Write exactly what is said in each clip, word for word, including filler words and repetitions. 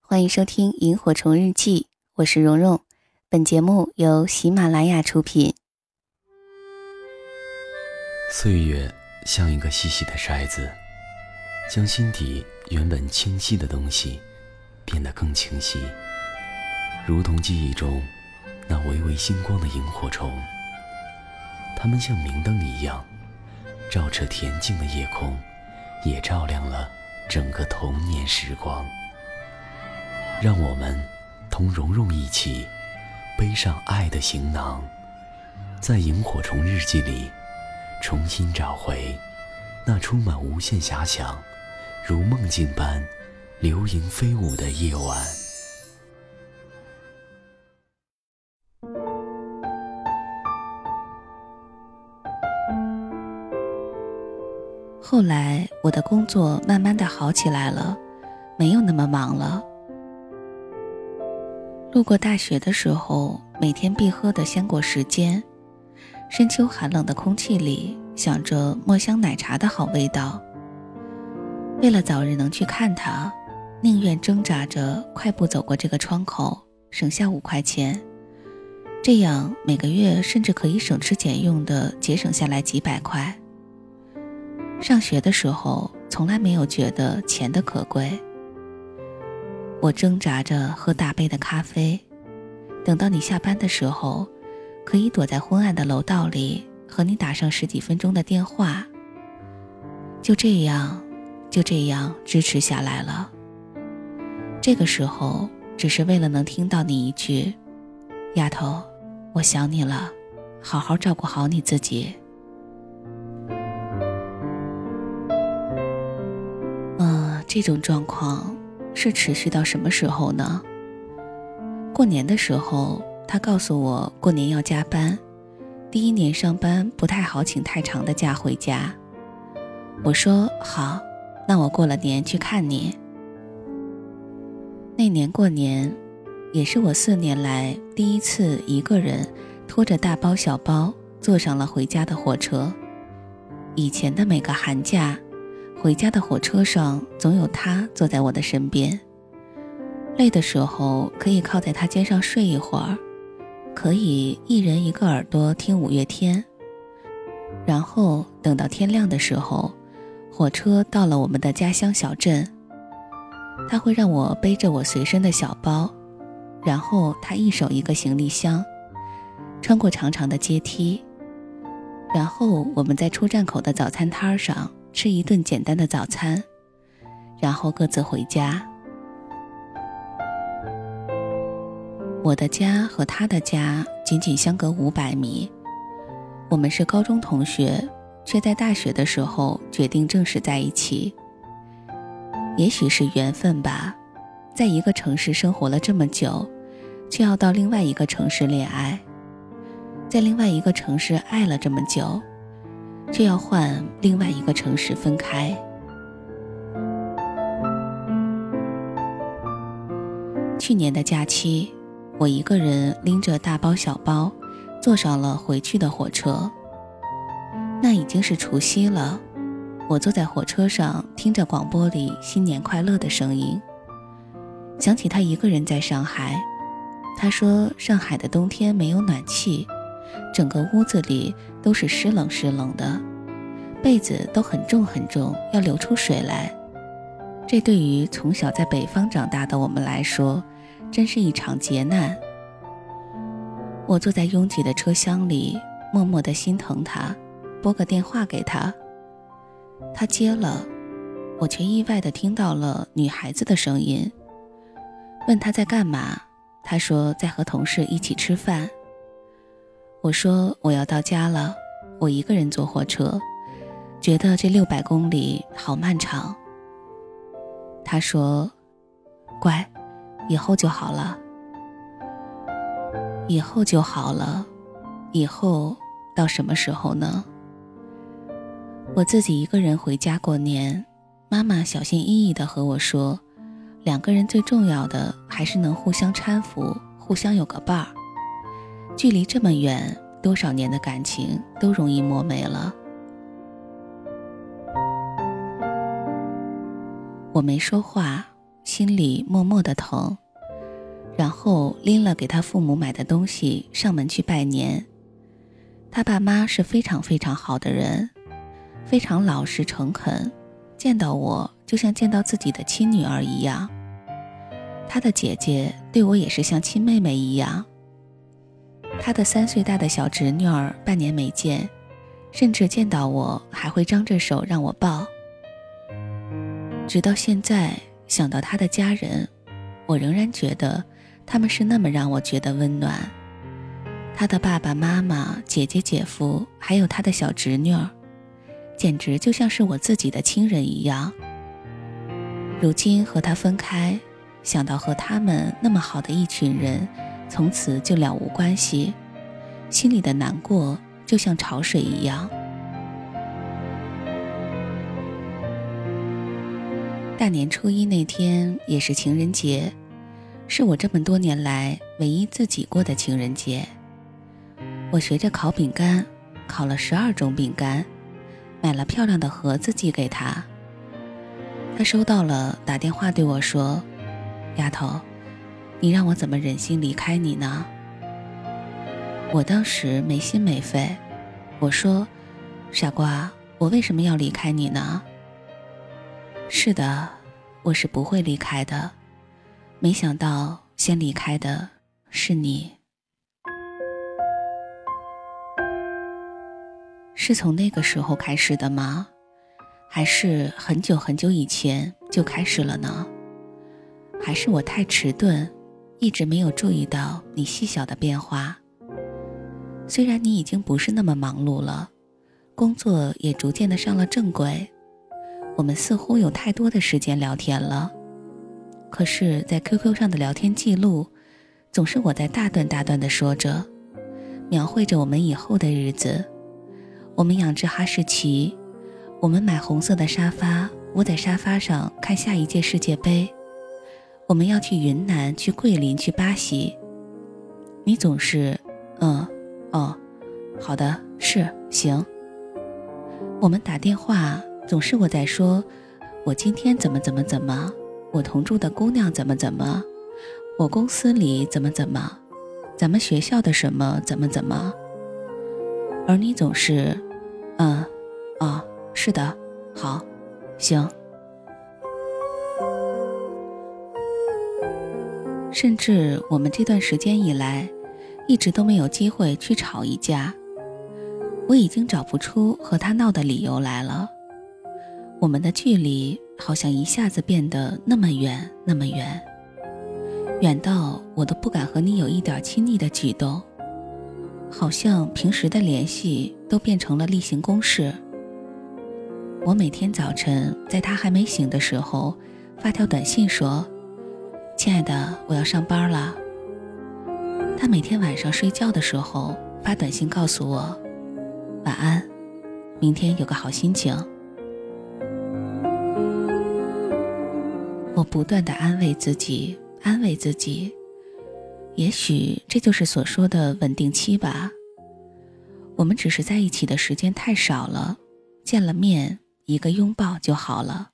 欢迎收听《萤火虫日记》，我是蓉蓉。本节目由喜马拉雅出品。 岁月像一个细细的筛子，将心底原本清晰的东西变得更清晰，如同记忆中那微微星光的萤火虫，它们像明灯一样，照彻恬静的夜空，也照亮了整个童年时光。让我们同蓉蓉一起背上爱的行囊，在萤火虫日记里重新找回那充满无限遐想，如梦境般流萤飞舞的夜晚。 后来我的工作慢慢的好起来了，没有那么忙了。路过大学的时候，每天必喝的鲜果时间，深秋寒冷的空气里想着墨香奶茶的好味道。为了早日能去看它，宁愿挣扎着快步走过这个窗口，省下五块钱，这样每个月甚至可以省吃俭用的节省下来几百块。上学的时候从来没有觉得钱的可贵，我挣扎着喝大杯的咖啡，等到你下班的时候，可以躲在昏暗的楼道里和你打上十几分钟的电话。就这样就这样支持下来了。这个时候只是为了能听到你一句，丫头，我想你了，好好照顾好你自己。嗯，这种状况是持续到什么时候呢？过年的时候，他告诉我过年要加班，第一年上班不太好请太长的假回家。我说好，那我过了年去看你。那年过年，也是我四年来第一次一个人拖着大包小包坐上了回家的火车。以前的每个寒假，回家的火车上总有他坐在我的身边，累的时候可以靠在他肩上睡一会儿，可以一人一个耳朵听五月天，然后等到天亮的时候，火车到了我们的家乡小镇，他会让我背着我随身的小包，然后他一手一个行李箱，穿过长长的阶梯，然后我们在出站口的早餐摊上吃一顿简单的早餐，然后各自回家。我的家和他的家仅仅相隔五百米，我们是高中同学，却在大学的时候决定正式在一起。也许是缘分吧，在一个城市生活了这么久，却要到另外一个城市恋爱，在另外一个城市爱了这么久，却要换另外一个城市分开。去年的假期，我一个人拎着大包小包坐上了回去的火车。那已经是除夕了，我坐在火车上听着广播里新年快乐的声音，想起他一个人在上海。他说上海的冬天没有暖气，整个屋子里都是湿冷湿冷的，被子都很重很重，要流出水来。这对于从小在北方长大的我们来说，真是一场劫难。我坐在拥挤的车厢里，默默地心疼他，拨个电话给他。他接了，我却意外地听到了女孩子的声音，问他在干嘛，他说在和同事一起吃饭。我说我要到家了，我一个人坐火车，觉得这六百公里好漫长。他说乖，以后就好了。以后就好了，以后到什么时候呢？我自己一个人回家过年，妈妈小心翼翼地和我说，两个人最重要的还是能互相搀扶，互相有个伴儿。距离这么远，多少年的感情都容易磨没了。我没说话， 心里默默的疼，然后拎了给他父母买的东西上门去拜年。他爸妈是非常非常好的人，非常老实诚恳，见到我就像见到自己的亲女儿一样。他的姐姐对我也是像亲妹妹一样。他的三岁大的小侄女儿半年没见，甚至见到我还会张着手让我抱。直到现在想到他的家人，我仍然觉得他们是那么让我觉得温暖。他的爸爸妈妈、姐姐姐夫，还有他的小侄女儿，简直就像是我自己的亲人一样。如今和他分开，想到和他们那么好的一群人从此就了无关系，心里的难过就像潮水一样。大年初一那天也是情人节，是我这么多年来唯一自己过的情人节。我学着烤饼干，烤了十二种饼干，买了漂亮的盒子寄给他。他收到了，打电话对我说：丫头，你让我怎么忍心离开你呢？我当时没心没肺，我说：傻瓜，我为什么要离开你呢？是的，我是不会离开的，没想到先离开的是你。是从那个时候开始的吗？还是很久很久以前就开始了呢？还是我太迟钝，一直没有注意到你细小的变化？虽然你已经不是那么忙碌了，工作也逐渐的上了正轨，我们似乎有太多的时间聊天了，可是在 Q Q 上的聊天记录，总是我在大段大段的说着，描绘着我们以后的日子。我们养只哈士奇，我们买红色的沙发，窝在沙发上看下一届世界杯。我们要去云南，去桂林，去巴西。你总是嗯哦好的，是行。我们打电话总是我在说，我今天怎么怎么怎么，我同住的姑娘怎么怎么，我公司里怎么怎么，咱们学校的什么怎么怎么。而你总是嗯哦是的，好，行。甚至我们这段时间以来一直都没有机会去吵一架，我已经找不出和他闹的理由来了。我们的距离好像一下子变得那么远那么远，远到我都不敢和你有一点亲昵的举动，好像平时的联系都变成了例行公事。我每天早晨在他还没醒的时候发条短信说，亲爱的，我要上班了。他每天晚上睡觉的时候发短信告诉我，晚安，明天有个好心情。我不断地安慰自己，安慰自己，也许这就是所说的稳定期吧。我们只是在一起的时间太少了，见了面一个拥抱就好了。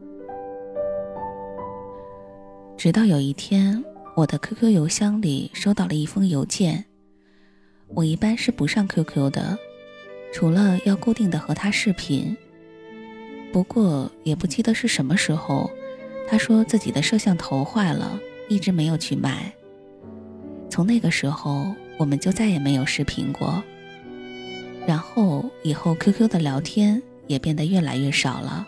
直到有一天，我的 Q Q 邮箱里收到了一封邮件。我一般是不上 Q Q 的，除了要固定的和他视频。不过也不记得是什么时候，他说自己的摄像头坏了，一直没有去买。从那个时候，我们就再也没有视频过。然后以后 Q Q 的聊天也变得越来越少了。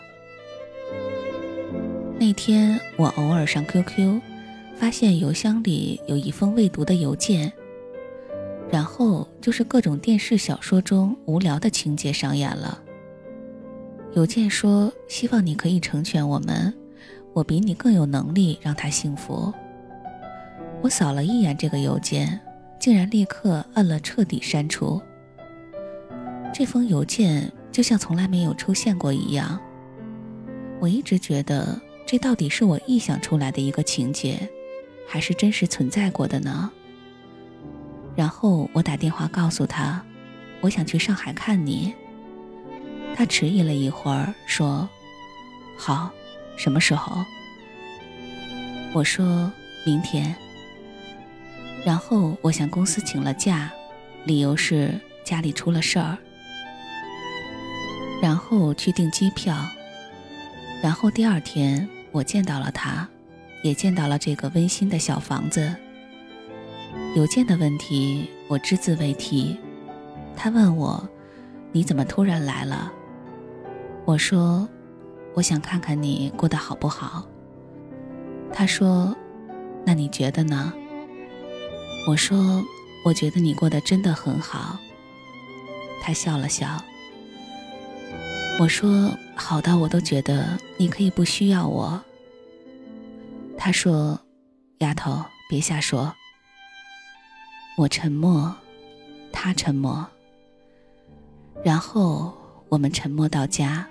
那天我偶尔上 Q Q， 发现邮箱里有一封未读的邮件，然后就是各种电视小说中无聊的情节上演了。邮件说希望你可以成全我们，我比你更有能力让他幸福。我扫了一眼这个邮件，竟然立刻按了彻底删除。这封邮件就像从来没有出现过一样。我一直觉得这到底是我臆想出来的一个情节，还是真实存在过的呢？然后我打电话告诉他，我想去上海看你。他迟疑了一会儿，说：好，什么时候？ 我说明天。然后我向公司请了假，理由是家里出了事儿。然后去订机票，然后第二天我见到了他，也见到了这个温馨的小房子。邮件的问题我只字未提。他问我，你怎么突然来了？我说，我想看看你过得好不好。他说，那你觉得呢？我说，我觉得你过得真的很好。他笑了笑。我说，好到我都觉得你可以不需要我。他说，丫头，别瞎说。我沉默，他沉默，然后我们沉默到家。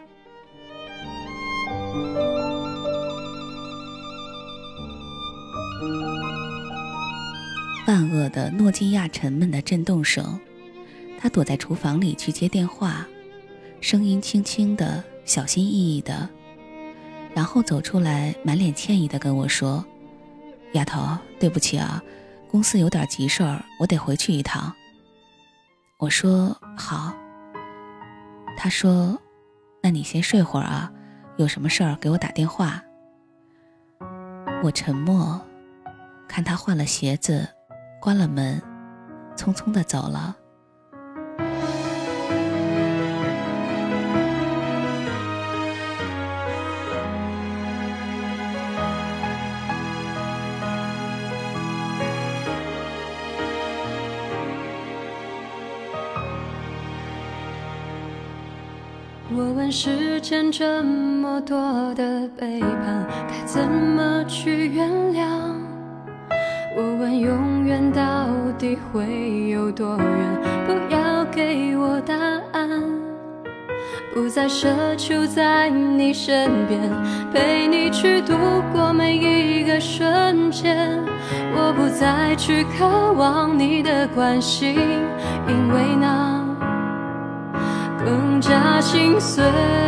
万恶的诺基亚沉闷的震动声，他躲在厨房里去接电话，声音轻轻的，小心翼翼的，然后走出来，满脸歉意的跟我说，丫头，对不起啊，公司有点急事儿，我得回去一趟。我说好。他说，那你先睡会儿啊，有什么事儿给我打电话。我沉默，看他换了鞋子，关了门，匆匆地走了。 我问世间这么多的背叛，该怎么去原谅？我问永远到底会有多远？不要给我答案，不再奢求在你身边，陪你去度过每一个瞬间。我不再去渴望你的关心，因为那更加心碎。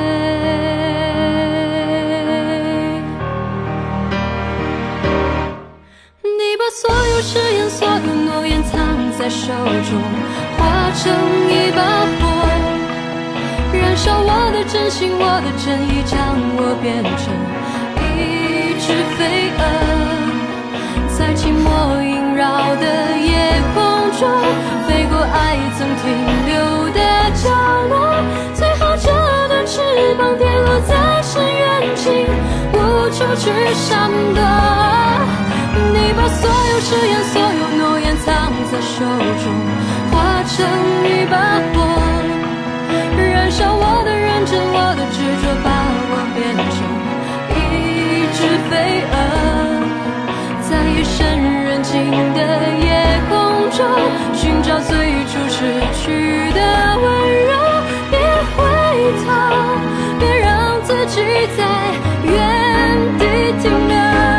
你把所有誓言所有诺言藏在手中，化成一把火，燃烧我的真心，我的真意，将我变成一只飞蛾，在寂寞萦绕的夜空中飞过爱曾停留的角落，最后这段翅膀跌落在深渊尽，无处去闪躲。你把所有誓言所有诺言藏在手中，化成一把火，燃烧我的认真，我的执着，把我变成一只飞蛾，在夜深人静的夜空中寻找最初失去的温柔。别回头，别让自己在原地停留。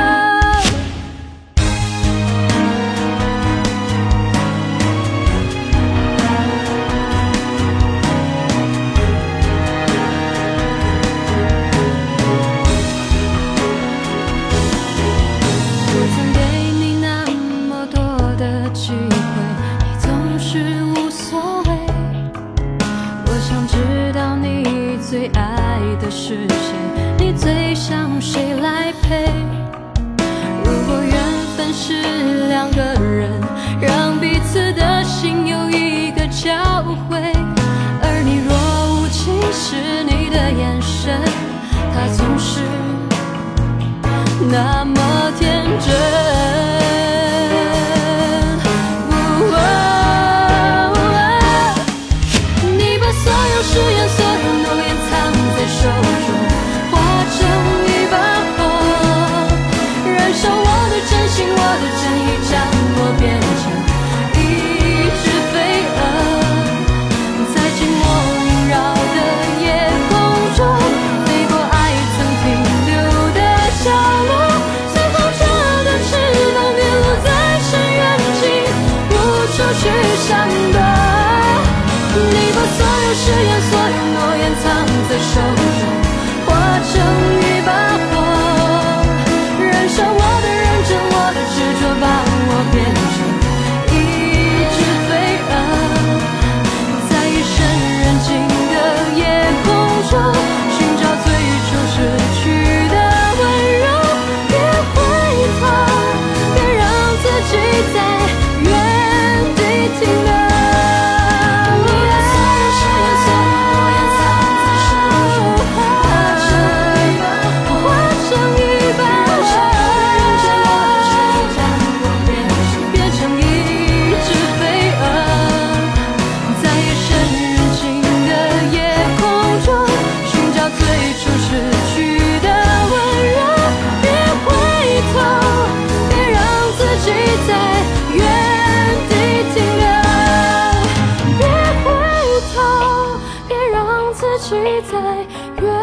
最爱的是谁？你最想谁来陪？如果缘分是两个人，让彼此的心有一个交汇，而你若无其事，你的眼神，它总是那么天真。誓言所有诺言藏在手中，化成一把火，燃烧我的真心，我的真意，将我变成一只飞蛾，在寂寞萦绕的夜空中飞过爱曾停留的角落，最后这段翅膀跌落在深渊尽，无处去闪躲。你把所有誓言所有诺言藏在手中，化成一把火，燃烧我的人在远